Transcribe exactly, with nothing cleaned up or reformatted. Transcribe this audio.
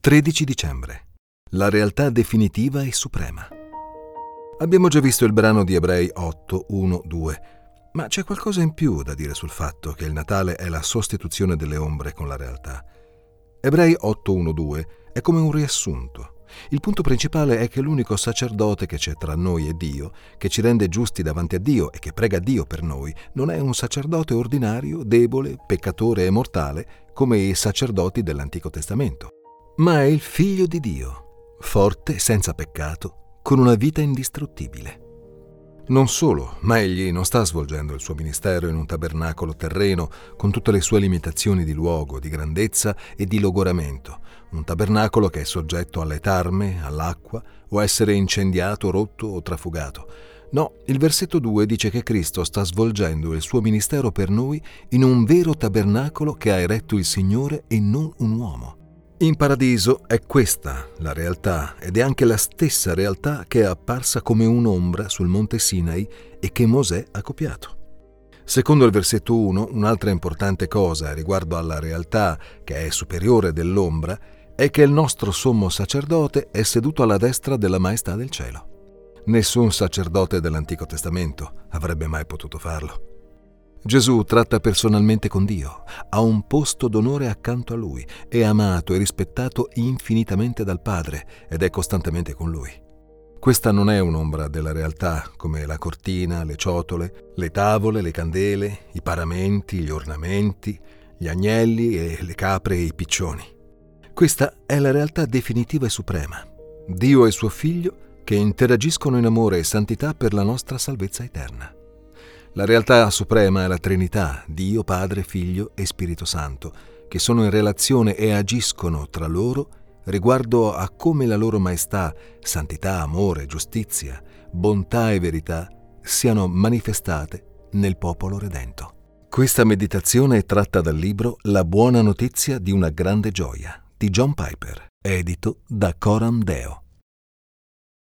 tredici dicembre. La realtà definitiva e suprema. Abbiamo già visto il brano di Ebrei otto, uno, due, ma c'è qualcosa in più da dire sul fatto che il Natale è la sostituzione delle ombre con la realtà. Ebrei otto, uno, due è come un riassunto. Il punto principale è che l'unico sacerdote che c'è tra noi e Dio, che ci rende giusti davanti a Dio e che prega Dio per noi, non è un sacerdote ordinario, debole, peccatore e mortale come i sacerdoti dell'Antico Testamento, ma è il Figlio di Dio, forte, senza peccato, con una vita indistruttibile. Non solo, ma egli non sta svolgendo il suo ministero in un tabernacolo terreno con tutte le sue limitazioni di luogo, di grandezza e di logoramento, un tabernacolo che è soggetto alle tarme, all'acqua o a essere incendiato, rotto o trafugato. No, il versetto due dice che Cristo sta svolgendo il suo ministero per noi in un vero tabernacolo che ha eretto il Signore e non un uomo. In paradiso è questa la realtà ed è anche la stessa realtà che è apparsa come un'ombra sul monte Sinai e che Mosè ha copiato. Secondo il versetto uno, un'altra importante cosa riguardo alla realtà che è superiore dell'ombra è che il nostro sommo sacerdote è seduto alla destra della maestà del cielo. Nessun sacerdote dell'Antico Testamento avrebbe mai potuto farlo. Gesù tratta personalmente con Dio, ha un posto d'onore accanto a Lui, è amato e rispettato infinitamente dal Padre ed è costantemente con Lui. Questa non è un'ombra della realtà come la cortina, le ciotole, le tavole, le candele, i paramenti, gli ornamenti, gli agnelli e le capre e i piccioni. Questa è la realtà definitiva e suprema, Dio e suo Figlio che interagiscono in amore e santità per la nostra salvezza eterna. La realtà suprema è la Trinità, Dio, Padre, Figlio e Spirito Santo, che sono in relazione e agiscono tra loro riguardo a come la loro maestà, santità, amore, giustizia, bontà e verità siano manifestate nel popolo redento. Questa meditazione è tratta dal libro La buona notizia di una grande gioia di John Piper, edito da Coram Deo.